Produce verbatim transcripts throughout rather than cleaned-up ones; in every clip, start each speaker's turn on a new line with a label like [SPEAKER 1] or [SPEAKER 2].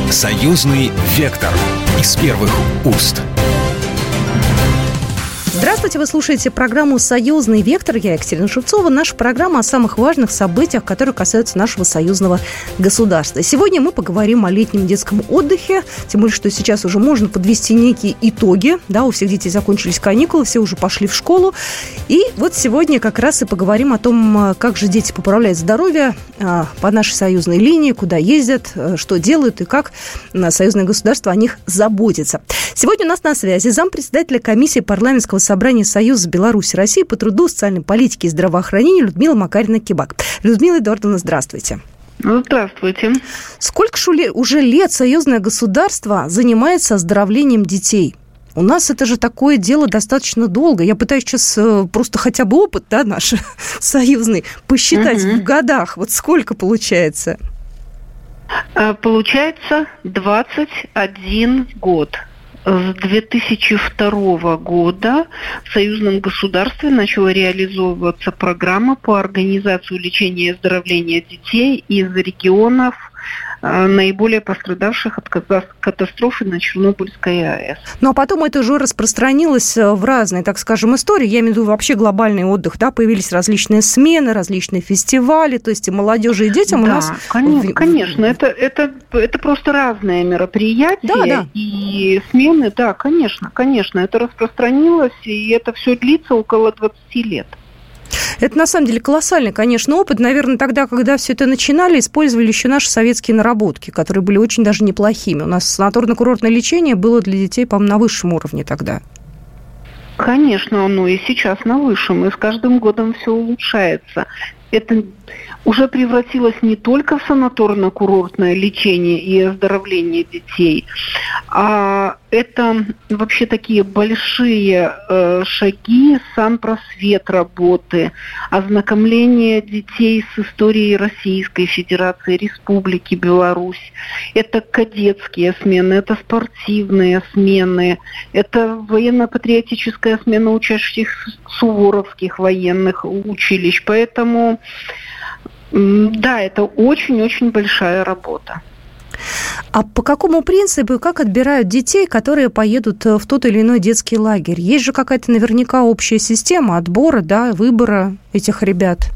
[SPEAKER 1] Союзный вектор из первых уст.
[SPEAKER 2] Здравствуйте, вы слушаете программу «Союзный вектор». Я Екатерина Шевцова. Наша программа о самых важных событиях, которые касаются нашего союзного государства. Сегодня мы поговорим о летнем детском отдыхе. Тем более, что сейчас уже можно подвести некие итоги. Да, у всех детей закончились каникулы, все уже пошли в школу. И вот сегодня как раз и поговорим о том, как же дети поправляют здоровье по нашей союзной линии, куда ездят, что делают и как союзное государство о них заботится. Сегодня у нас на связи зампредседателя комиссии парламентского собрания Союза Беларуси России по труду, социальной политике и здравоохранению Людмила Макарина-Кибак. Людмила Эдуардовна, здравствуйте.
[SPEAKER 3] Здравствуйте.
[SPEAKER 2] Сколько уже лет союзное государство занимается оздоровлением детей? У нас это же такое дело достаточно долго. Я пытаюсь сейчас просто хотя бы опыт, да, наш союзный посчитать угу. в годах. Вот сколько получается?
[SPEAKER 3] Получается двадцать один год. С две тысячи второго года в союзном государстве начала реализовываться программа по организации лечения и оздоровления детей из регионов, наиболее пострадавших от катастрофы на Чернобыльской АЭС.
[SPEAKER 2] Ну, а потом это уже распространилось в разные, так скажем, истории. Я имею в виду вообще глобальный отдых, да, появились различные смены, различные фестивали, то есть и молодежи, и детям
[SPEAKER 3] да,
[SPEAKER 2] у нас...
[SPEAKER 3] Конечно, конечно. Это, это, это просто разные мероприятия
[SPEAKER 2] да, да.
[SPEAKER 3] и смены, да, конечно, конечно, это распространилось, и это все длится около двадцати лет.
[SPEAKER 2] Это, на самом деле, колоссальный, конечно, опыт. Наверное, тогда, когда все это начинали, использовали еще наши советские наработки, которые были очень даже неплохими. У нас санаторно-курортное лечение было для детей, по-моему, на высшем уровне тогда.
[SPEAKER 3] Конечно, оно и сейчас на высшем, и с каждым годом все улучшается. Это уже превратилось не только в санаторно-курортное лечение и оздоровление детей, а это вообще такие большие э, шаги, сам просвет работы, ознакомление детей с историей Российской Федерации, Республики Беларусь. Это кадетские смены, это спортивные смены, это военно-патриотическая смена учащихся суворовских военных училищ. Поэтому да, это очень-очень большая работа.
[SPEAKER 2] А по какому принципу и как отбирают детей, которые поедут в тот или иной детский лагерь? Есть же какая-то наверняка общая система отбора, да, выбора этих ребят?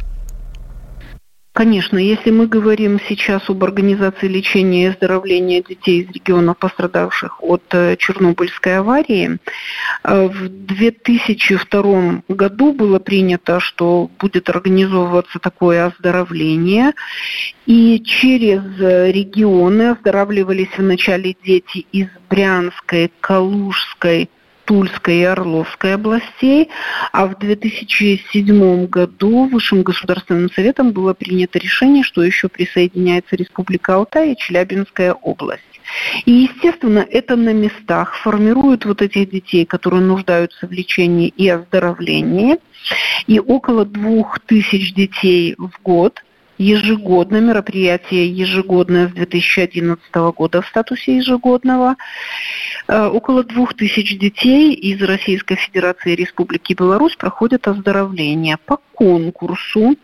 [SPEAKER 3] Конечно, если мы говорим сейчас об организации лечения и оздоровления детей из регионов, пострадавших от Чернобыльской аварии, в две тысячи втором году было принято, что будет организовываться такое оздоровление, и через регионы оздоравливались вначале дети из Брянской, Калужской, Тульской и Орловской областей, а в две тысячи седьмом году Высшим государственным советом было принято решение, что еще присоединяется Республика Алтай и Челябинская область. И, естественно, это на местах формируют вот этих детей, которые нуждаются в лечении и оздоровлении, и около двух тысяч детей в год. Ежегодно, мероприятие ежегодное с две тысячи одиннадцатого года в статусе ежегодного. Около двух тысяч детей из Российской Федерации и Республики Беларусь проходят оздоровление по конкурсу.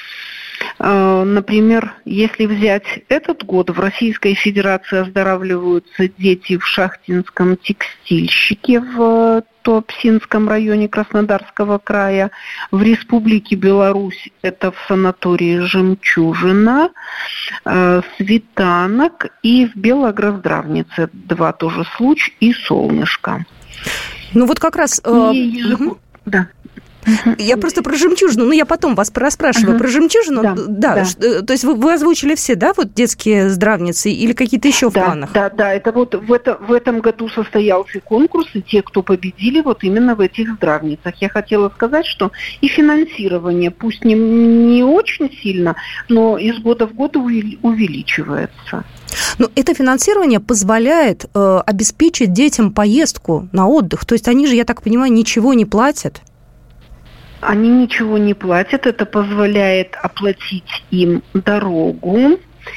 [SPEAKER 3] Например, если взять этот год, в Российской Федерации оздоравливаются дети в Шахтинском текстильщике в Туапсинском районе Краснодарского края, в Республике Беларусь это в санатории «Жемчужина», «Светанок» и в Белограздравнице два тоже случая и «Солнышко».
[SPEAKER 2] Ну вот как раз...
[SPEAKER 3] И ежегод... угу. Да.
[SPEAKER 2] Я просто про «Жемчужину», ну, я потом вас расспрашиваю. Uh-huh. Про «Жемчужину», да, да, да. То есть вы, вы озвучили все, да, вот детские здравницы или какие-то еще в
[SPEAKER 3] да,
[SPEAKER 2] планах?
[SPEAKER 3] Да, да, это вот в, это, в этом году состоялся конкурс, и те, кто победили вот именно в этих здравницах. Я хотела сказать, что и финансирование, пусть не, не очень сильно, но из года в год увеличивается.
[SPEAKER 2] Но это финансирование позволяет э, обеспечить детям поездку на отдых. То есть они же, я так понимаю, ничего не платят?
[SPEAKER 3] Они ничего не платят, это позволяет оплатить им дорогу,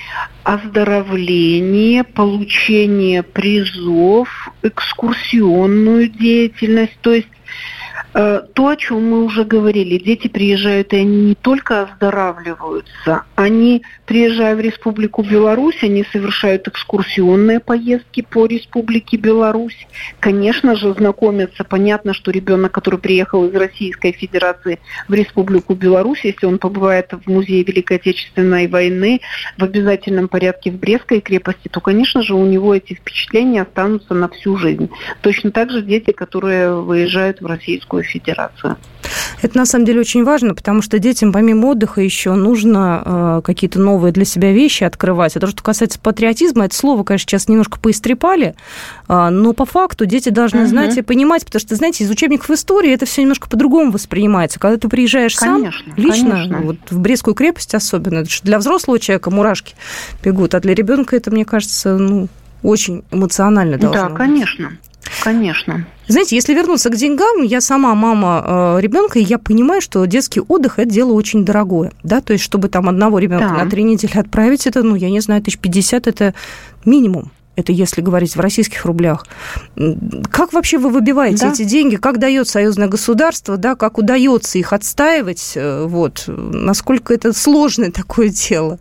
[SPEAKER 3] оздоровление, получение призов, экскурсионную деятельность. То есть То, о чем мы уже говорили, дети приезжают, и они не только оздоравливаются, они, приезжая в Республику Беларусь, они совершают экскурсионные поездки по Республике Беларусь. Конечно же, знакомятся. Понятно, что ребенок, который приехал из Российской Федерации в Республику Беларусь, если он побывает в музее Великой Отечественной войны в обязательном порядке в Брестской крепости, то, конечно же, у него эти впечатления останутся на всю жизнь. Точно так же дети, которые выезжают в Российскую Федерацию.
[SPEAKER 2] Это на самом деле очень важно, потому что детям помимо отдыха еще нужно э, какие-то новые для себя вещи открывать. А то, что касается патриотизма, это слово, конечно, сейчас немножко поистрепали, э, но по факту дети должны угу. знать и понимать, потому что, знаете, из учебников истории это все немножко по-другому воспринимается. Когда ты приезжаешь конечно, сам, лично, конечно. Вот в Брестскую крепость особенно, это для взрослого человека мурашки бегут, а для ребенка это, мне кажется, ну, очень эмоционально должно быть.
[SPEAKER 3] Да, конечно. Конечно.
[SPEAKER 2] Знаете, если вернуться к деньгам, я сама мама э, ребенка, и я понимаю, что детский отдых – это дело очень дорогое, да, то есть чтобы там одного ребенка да. на три недели отправить, это, ну, я не знаю, тысяч пятьдесят – это минимум. Это если говорить в российских рублях. Как вообще вы выбиваете да. эти деньги? Как дает союзное государство? Да, как удается их отстаивать? Вот. Насколько это сложное такое дело?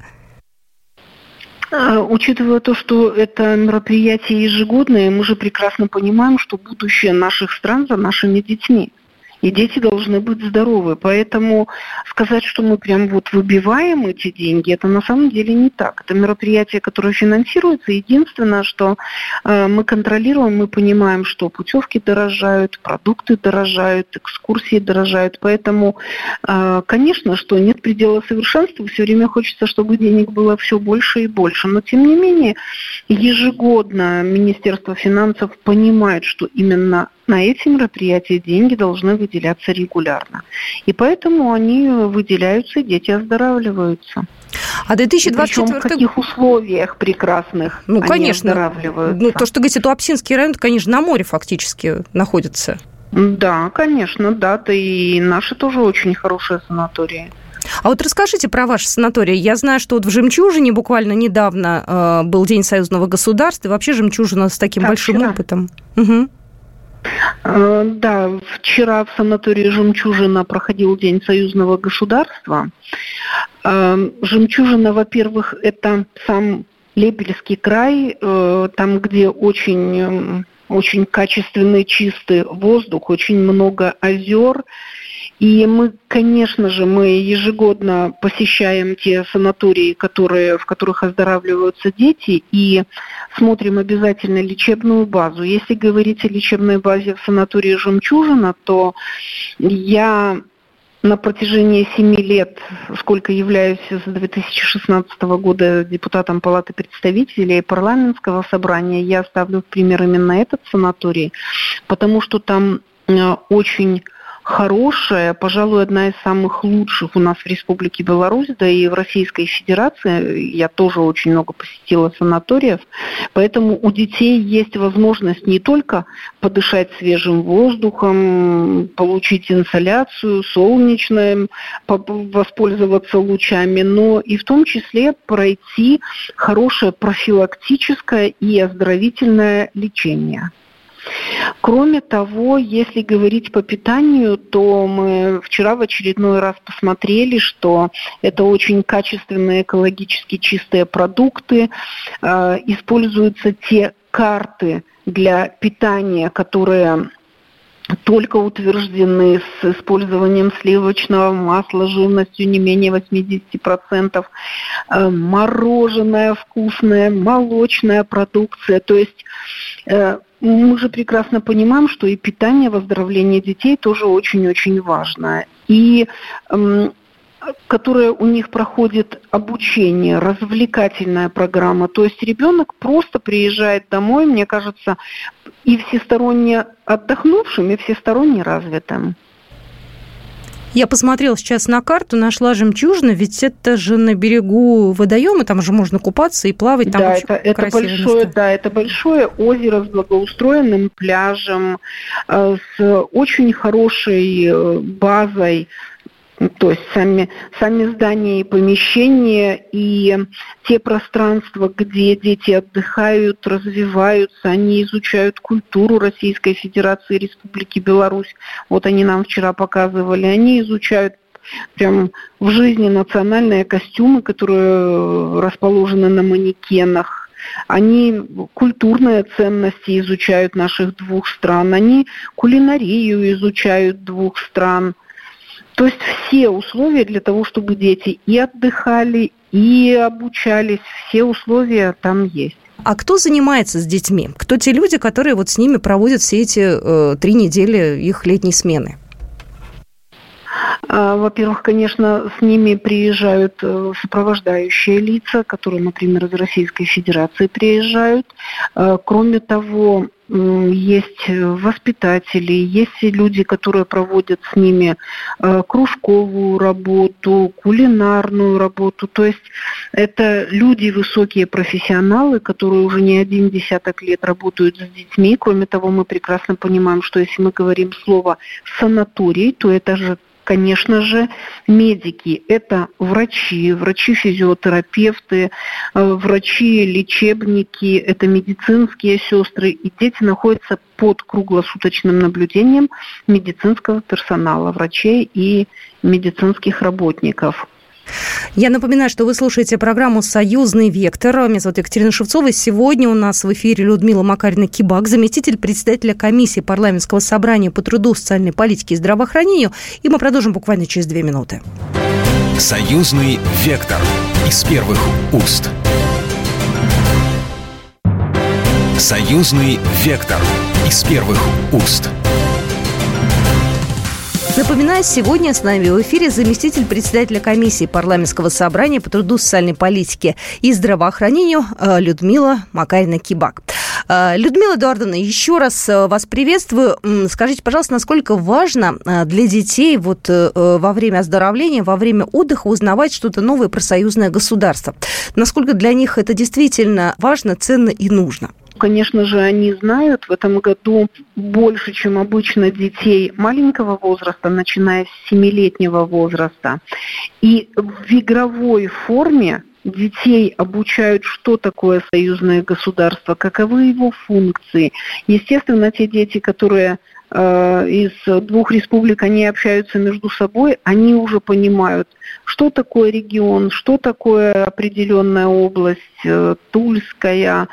[SPEAKER 3] Учитывая то, что это мероприятие ежегодное, мы же прекрасно понимаем, что будущее наших стран за нашими детьми. И дети должны быть здоровы. Поэтому сказать, что мы прям вот выбиваем эти деньги, это на самом деле не так. Это мероприятие, которое финансируется. Единственное, что э, мы контролируем, мы понимаем, что путевки дорожают, продукты дорожают, экскурсии дорожают. Поэтому, э, конечно, что нет предела совершенства. Все время хочется, чтобы денег было все больше и больше. Но, тем не менее, ежегодно Министерство финансов понимает, что именно на эти мероприятия деньги должны выделяться регулярно. И поэтому они выделяются, и дети оздоравливаются.
[SPEAKER 2] А две тысячи двадцать четвёртый...
[SPEAKER 3] Причем в каких условиях прекрасных
[SPEAKER 2] ну,
[SPEAKER 3] они
[SPEAKER 2] конечно.
[SPEAKER 3] оздоравливаются.
[SPEAKER 2] Ну, то, что говорите, Туапсинский район, конечно, на море фактически находится.
[SPEAKER 3] Да, конечно, да. Да и наши тоже очень хорошие санатории.
[SPEAKER 2] А вот расскажите про ваши санатории. Я знаю, что вот в «Жемчужине» буквально недавно э, был День союзного государства, и вообще «Жемчужина» с таким так, большим вчера. опытом. Угу.
[SPEAKER 3] Да, вчера в санатории «Жемчужина» проходил День союзного государства. «Жемчужина», во-первых, это сам Лепельский край, там, где очень, очень качественный чистый воздух, очень много озер. И мы, конечно же, мы ежегодно посещаем те санатории, которые, в которых оздоравливаются дети, и смотрим обязательно лечебную базу. Если говорить о лечебной базе в санатории «Жемчужина», то я на протяжении семи лет, сколько являюсь с две тысячи шестнадцатого года депутатом Палаты представителей парламентского собрания, я ставлю в пример именно этот санаторий, потому что там очень хорошая, пожалуй, одна из самых лучших у нас в Республике Беларусь, да и в Российской Федерации. Я тоже очень много посетила санаториев, поэтому у детей есть возможность не только подышать свежим воздухом, получить инсоляцию, солнечным, воспользоваться лучами, но и в том числе пройти хорошее профилактическое и оздоровительное лечение. Кроме того, если говорить по питанию, то мы вчера в очередной раз посмотрели, что это очень качественные, экологически чистые продукты, э, используются те карты для питания, которые только утверждены с использованием сливочного масла жирностью не менее восемьдесят процентов, э, мороженое вкусное, молочная продукция, то есть э, мы же прекрасно понимаем, что и питание, выздоровление детей тоже очень-очень важно. И эм, которое у них проходит обучение, развлекательная программа. То есть ребенок просто приезжает домой, мне кажется, и всесторонне отдохнувшим, и всесторонне развитым.
[SPEAKER 2] Я посмотрела сейчас на карту, нашла «Жемчужина», ведь это же на берегу водоема, там же можно купаться и плавать, там
[SPEAKER 3] да,
[SPEAKER 2] очень
[SPEAKER 3] это, это большое, место. Да, это большое озеро с благоустроенным пляжем, с очень хорошей базой То есть сами, сами здания и помещения, и те пространства, где дети отдыхают, развиваются, они изучают культуру Российской Федерации, Республики Беларусь. Вот они нам вчера показывали. Они изучают прям в жизни национальные костюмы, которые расположены на манекенах. Они культурные ценности изучают наших двух стран. Они кулинарию изучают двух стран. То есть все условия для того, чтобы дети и отдыхали, и обучались, все условия там есть.
[SPEAKER 2] А кто занимается с детьми? Кто те люди, которые вот с ними проводят все эти э, три недели их летней смены?
[SPEAKER 3] Во-первых, конечно, с ними приезжают сопровождающие лица, которые, например, из Российской Федерации приезжают. Кроме того, есть воспитатели, есть люди, которые проводят с ними кружковую работу, кулинарную работу. То есть это люди, высокие профессионалы, которые уже не один десяток лет работают с детьми. Кроме того, мы прекрасно понимаем, что если мы говорим слово «санаторий», то это же, конечно же, медики. Это врачи, врачи-физиотерапевты, врачи-лечебники, это медицинские сестры. И дети находятся под круглосуточным наблюдением медицинского персонала, врачей и медицинских работников.
[SPEAKER 2] Я напоминаю, что вы слушаете программу «Союзный вектор». Меня зовут Екатерина Шевцова. Сегодня у нас в эфире Людмила Макарина-Кибак, заместитель председателя комиссии парламентского собрания по труду, социальной политике и здравоохранению. И мы продолжим буквально через две минуты.
[SPEAKER 1] «Союзный вектор» из первых уст. «Союзный вектор» из первых уст.
[SPEAKER 2] Напоминаю, сегодня с нами в эфире заместитель председателя комиссии парламентского собрания по труду, социальной политике и здравоохранению Людмила Макарина-Кибак. Людмила Эдуардовна, еще раз вас приветствую. Скажите, пожалуйста, насколько важно для детей вот во время оздоровления, во время отдыха узнавать что-то новое про союзное государство? Насколько для них это действительно важно, ценно и нужно?
[SPEAKER 3] Конечно же, они знают, в этом году больше, чем обычно, детей маленького возраста, начиная с семилетнего возраста. И в игровой форме детей обучают, что такое союзное государство, каковы его функции. Естественно, те дети, которые э, из двух республик, они общаются между собой, они уже понимают, что такое регион, что такое определенная область, Тульская,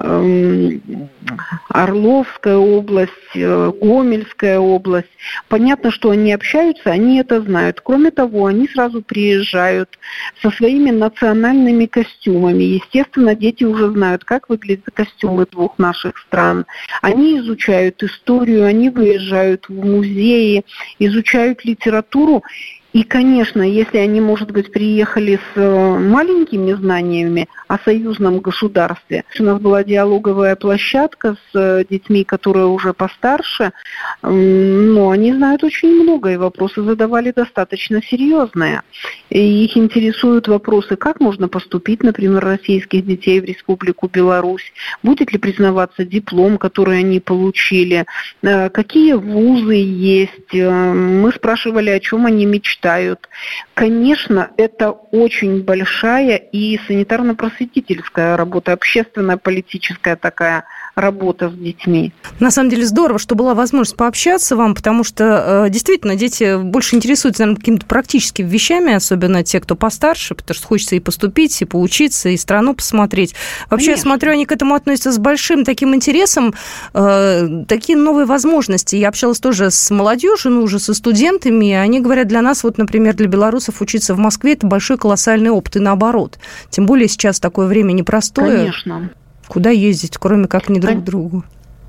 [SPEAKER 3] Орловская область, Гомельская область. Понятно, что они общаются, они это знают. Кроме того, они сразу приезжают со своими национальными костюмами. Естественно, дети уже знают, как выглядят костюмы двух наших стран. Они изучают историю, они выезжают в музеи, изучают литературу. И, конечно, если они, может быть, приехали с маленькими знаниями о союзном государстве, у нас была диалоговая площадка с детьми, которые уже постарше, но они знают очень много, и вопросы задавали достаточно серьезные. И их интересуют вопросы, как можно поступить, например, российских детей в Республику Беларусь, будет ли признаваться диплом, который они получили, какие вузы есть. Мы спрашивали, о чем они мечтают. Конечно, это очень большая и санитарно-просветительская работа, общественная, политическая такая работа с детьми.
[SPEAKER 2] На самом деле здорово, что была возможность пообщаться вам, потому что действительно дети больше интересуются, наверное, какими-то практическими вещами, особенно те, кто постарше, потому что хочется и поступить, и поучиться, и страну посмотреть. Вообще, Конечно. Я смотрю, они к этому относятся с большим таким интересом, э, такие новые возможности. Я общалась тоже с молодежью, ну, уже со студентами, и они говорят, для нас, вот, например, для белорусов учиться в Москве – это большой колоссальный опыт, и наоборот. Тем более сейчас такое время непростое.
[SPEAKER 3] Конечно.
[SPEAKER 2] Куда ездить, кроме как не друг к другу?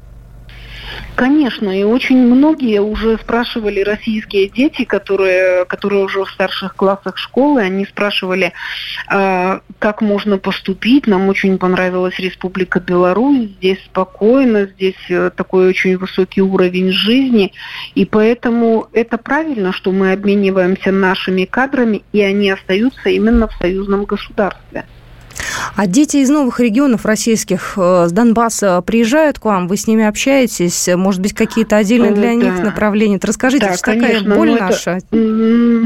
[SPEAKER 3] Конечно, и очень многие уже спрашивали, российские дети, которые, которые уже в старших классах школы, они спрашивали, э, как можно поступить. Нам очень понравилась Республика Беларусь, здесь спокойно, здесь такой очень высокий уровень жизни, и поэтому это правильно, что мы обмениваемся нашими кадрами, и они остаются именно в союзном государстве.
[SPEAKER 2] А дети из новых регионов российских, с Донбасса, приезжают к вам, вы с ними общаетесь? Может быть, какие-то отдельные для да. них направления? Расскажите, да, что конечно, такая боль наша?
[SPEAKER 3] Это...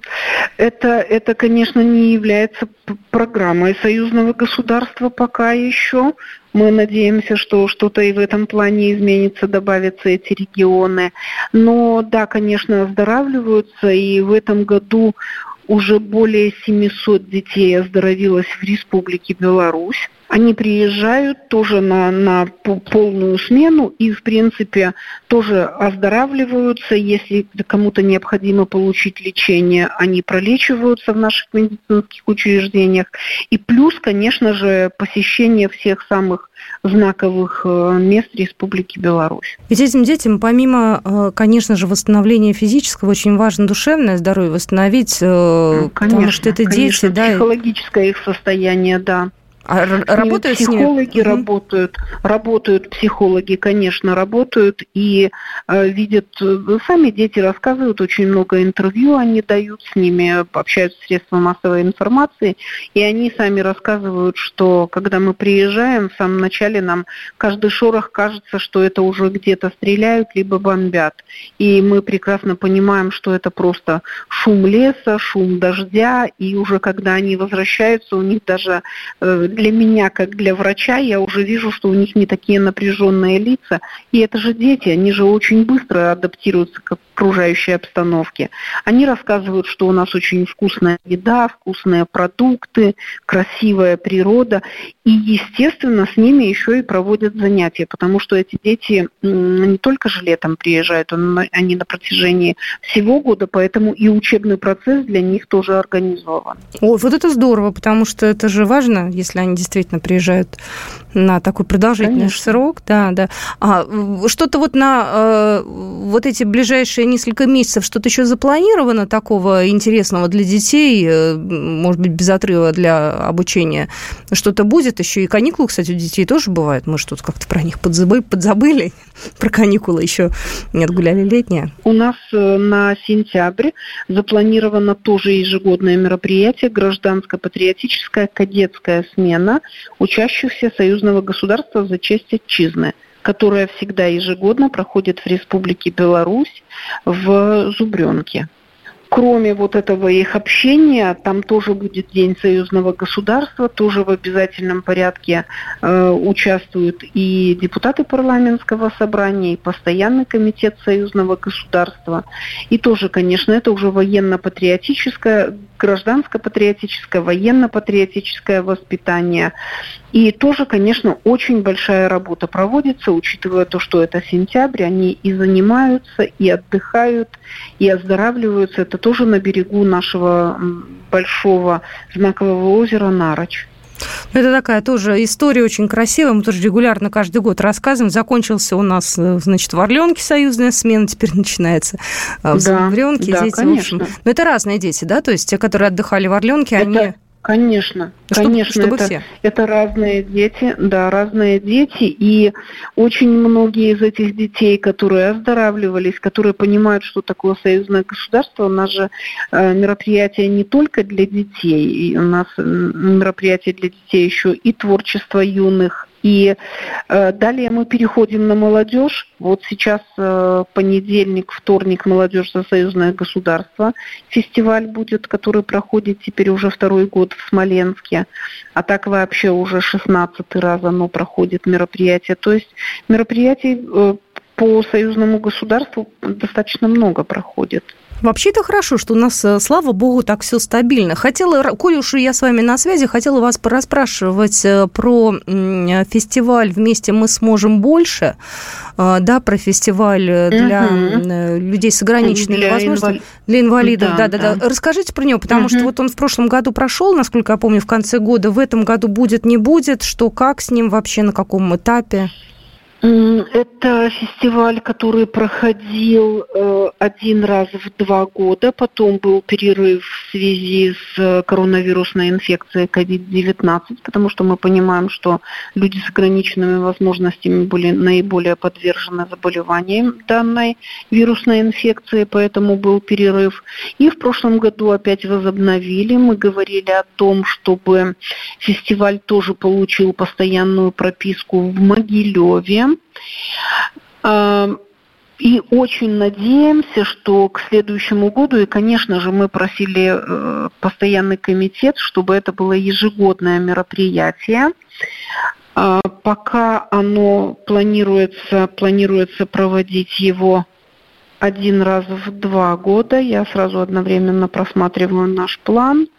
[SPEAKER 3] Это, это, конечно, не является программой союзного государства пока еще. Мы надеемся, что что-то и в этом плане изменится, добавятся эти регионы. Но да, конечно, оздоравливаются, и в этом году уже более семьсот детей оздоровилось в Республике Беларусь. Они приезжают тоже на, на полную смену и, в принципе, тоже оздоравливаются. Если кому-то необходимо получить лечение, они пролечиваются в наших медицинских учреждениях. И плюс, конечно же, посещение всех самых знаковых мест Республики Беларусь.
[SPEAKER 2] Ведь этим детям, помимо, конечно же, восстановления физического, очень важно душевное здоровье восстановить, ну, конечно, потому что это
[SPEAKER 3] конечно,
[SPEAKER 2] дети, да,
[SPEAKER 3] психологическое их состояние, да.
[SPEAKER 2] А работают
[SPEAKER 3] психологи
[SPEAKER 2] с ними?
[SPEAKER 3] работают, работают психологи, конечно, работают и э, видят, сами дети рассказывают, очень много интервью они дают с ними, общаются с средствами массовой информации, и они сами рассказывают, что когда мы приезжаем, в самом начале нам каждый шорох кажется, что это уже где-то стреляют, либо бомбят. И мы прекрасно понимаем, что это просто шум леса, шум дождя, и уже когда они возвращаются, у них даже... Э, Для меня, как для врача, я уже вижу, что у них не такие напряженные лица. И это же дети, они же очень быстро адаптируются к окружающей обстановке. Они рассказывают, что у нас очень вкусная еда, вкусные продукты, красивая природа. И, естественно, с ними еще и проводят занятия, потому что эти дети не только же летом приезжают, они на протяжении всего года, поэтому и учебный процесс для них тоже организован.
[SPEAKER 2] Ой, вот это здорово, потому что это же важно, если они действительно приезжают на такой продолжительный Конечно. срок. Да, да. А что-то вот на э, вот эти ближайшие несколько месяцев, что-то еще запланировано такого интересного для детей, э, может быть, без отрыва для обучения, что-то будет еще? И каникулы, кстати, у детей тоже бывают. Мы что-то как-то про них подзабыли, подзабыли. Про каникулы еще не отгуляли летние.
[SPEAKER 3] У нас на сентябрь запланировано тоже ежегодное мероприятие, гражданско-патриотическая кадетская смена учащихся союзного государства за честь отчизны, которая всегда ежегодно проходит в Республике Беларусь в Зубрёнке. Кроме вот этого их общения, там тоже будет День союзного государства, тоже в обязательном порядке э, участвуют и депутаты парламентского собрания, и постоянный комитет союзного государства. И тоже, конечно, это уже военно-патриотическое, гражданско-патриотическое, военно-патриотическое воспитание. И тоже, конечно, очень большая работа проводится, учитывая то, что это сентябрь, они и занимаются, и отдыхают, и оздоравливаются. Это тоже на берегу нашего большого знакового озера Нарочь.
[SPEAKER 2] Это такая тоже история очень красивая. Мы тоже регулярно каждый год рассказываем. Закончился у нас, значит, в Орленке союзная смена, теперь начинается в Зубрёнке.
[SPEAKER 3] Да,
[SPEAKER 2] дети,
[SPEAKER 3] конечно.
[SPEAKER 2] в общем, но это разные дети, да? То есть те, которые отдыхали в Орленке,
[SPEAKER 3] это...
[SPEAKER 2] они...
[SPEAKER 3] Конечно,
[SPEAKER 2] чтобы,
[SPEAKER 3] конечно,
[SPEAKER 2] чтобы
[SPEAKER 3] это,
[SPEAKER 2] все.
[SPEAKER 3] это разные дети, да, разные дети, и очень многие из этих детей, которые оздоравливались, которые понимают, что такое союзное государство, у нас же э, мероприятия не только для детей, и у нас мероприятия для детей еще и творчество юных. И э, далее мы переходим на молодежь. Вот сейчас э, понедельник, вторник, молодежь за союзное государство. Фестиваль будет, который проходит теперь уже второй год в Смоленске. А так вообще уже шестнадцатый раз оно проходит мероприятие. То есть мероприятий э, по союзному государству достаточно много проходит.
[SPEAKER 2] Вообще-то хорошо, что у нас, слава богу, так все стабильно. Хотела, коль уж я с вами на связи, хотела вас порасспрашивать про фестиваль «Вместе мы сможем больше», да, про фестиваль для угу. людей с ограниченными для возможностями, инвали... для инвалидов. Да, да, да, да. Расскажите про него, потому угу. что вот он в прошлом году прошел, насколько я помню, в конце года. В этом году будет, не будет, что, как с ним вообще, на каком этапе?
[SPEAKER 3] Это фестиваль, который проходил э, один раз в два года, потом был перерыв в связи с коронавирусной инфекцией ковид девятнадцать, потому что мы понимаем, что люди с ограниченными возможностями были наиболее подвержены заболеваниям данной вирусной инфекции, поэтому был перерыв. И в прошлом году опять возобновили. Мы говорили о том, чтобы фестиваль тоже получил постоянную прописку в Могилеве. И очень надеемся, что к следующему году, и, конечно же, мы просили э, постоянный комитет, чтобы это было ежегодное мероприятие. Э, пока оно планируется, планируется проводить его один раз в два года. Я сразу одновременно просматриваю наш план.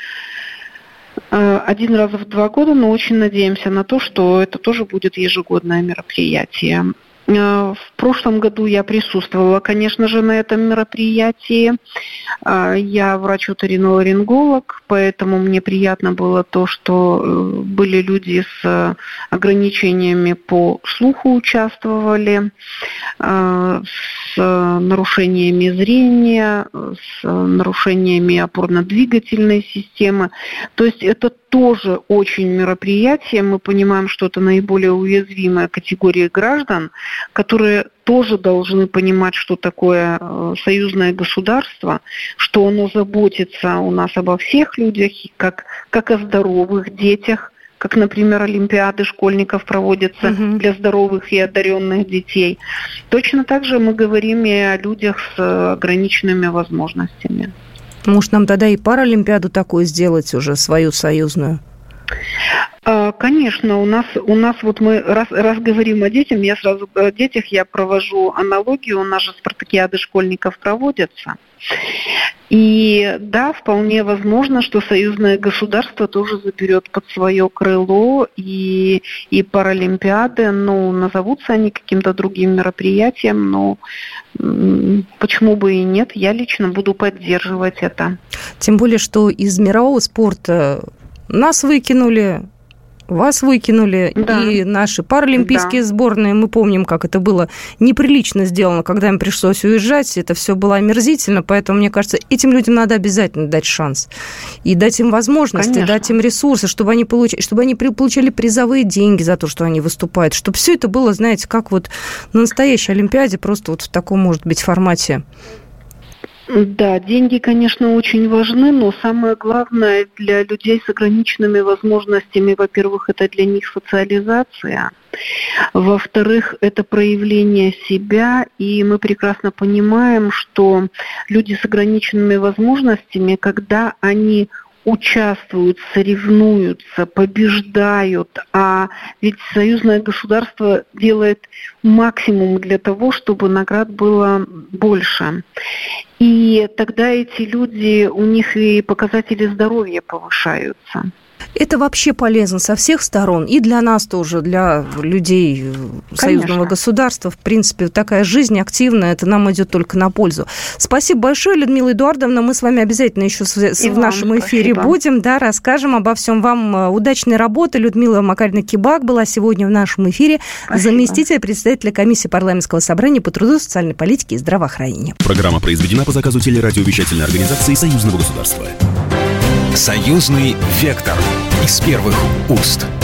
[SPEAKER 3] Э, один раз в два года, но очень надеемся на то, что это тоже будет ежегодное мероприятие. В прошлом году я присутствовала, конечно же, на этом мероприятии. Я врач-оториноларинголог, поэтому мне приятно было то, что были люди с ограничениями по слуху участвовали, с нарушениями зрения, с нарушениями опорно-двигательной системы. То есть это тоже очень мероприятие. Мы понимаем, что это наиболее уязвимая категория граждан, которые тоже должны понимать, что такое союзное государство, что оно заботится у нас обо всех людях, как, как о здоровых детях, как, например, олимпиады школьников проводятся угу. для здоровых и одаренных детей. Точно так же мы говорим и о людях с ограниченными возможностями.
[SPEAKER 2] Может, нам тогда и паралимпиаду такую сделать уже, свою союзную?
[SPEAKER 3] Конечно, у нас, у нас вот мы раз, раз говорим о детях, я сразу о детях я провожу аналогию, у нас же спартакиады школьников проводятся. И да, вполне возможно, что союзное государство тоже заберет под свое крыло и, и паралимпиады, ну, назовутся они каким-то другим мероприятием, но почему бы и нет, я лично буду поддерживать это.
[SPEAKER 2] Тем более, что из мирового спорта нас выкинули, вас выкинули, да. И наши паралимпийские да. сборные, мы помним, как это было неприлично сделано, когда им пришлось уезжать, это все было омерзительно, поэтому, мне кажется, этим людям надо обязательно дать шанс и дать им возможности, Конечно. Дать им ресурсы, чтобы они, получ... чтобы они получали призовые деньги за то, что они выступают, чтобы все это было, знаете, как вот на настоящей Олимпиаде, просто вот в таком, может быть, формате.
[SPEAKER 3] Да, деньги, конечно, очень важны, но самое главное для людей с ограниченными возможностями, во-первых, это для них социализация, во-вторых, это проявление себя, и мы прекрасно понимаем, что люди с ограниченными возможностями, когда они участвуют, соревнуются, побеждают, а ведь союзное государство делает максимум для того, чтобы наград было больше. И тогда эти люди, у них и показатели здоровья повышаются.
[SPEAKER 2] Это вообще полезно со всех сторон. И для нас тоже, для людей союзного Конечно. Государства. В принципе, такая жизнь активная, это нам идет только на пользу. Спасибо большое, Людмила Эдуардовна. Мы с вами обязательно еще в нашем эфире спасибо. Будем, да, расскажем обо всем. Вам удачной работы. Людмила Макарина-Кибак была сегодня в нашем эфире. Спасибо. Заместитель председателя комиссии парламентского собрания по труду, социальной политике и здравоохранению.
[SPEAKER 1] Программа произведена по заказу телерадиовещательной организации Союзного государства. Союзный вектор из первых уст.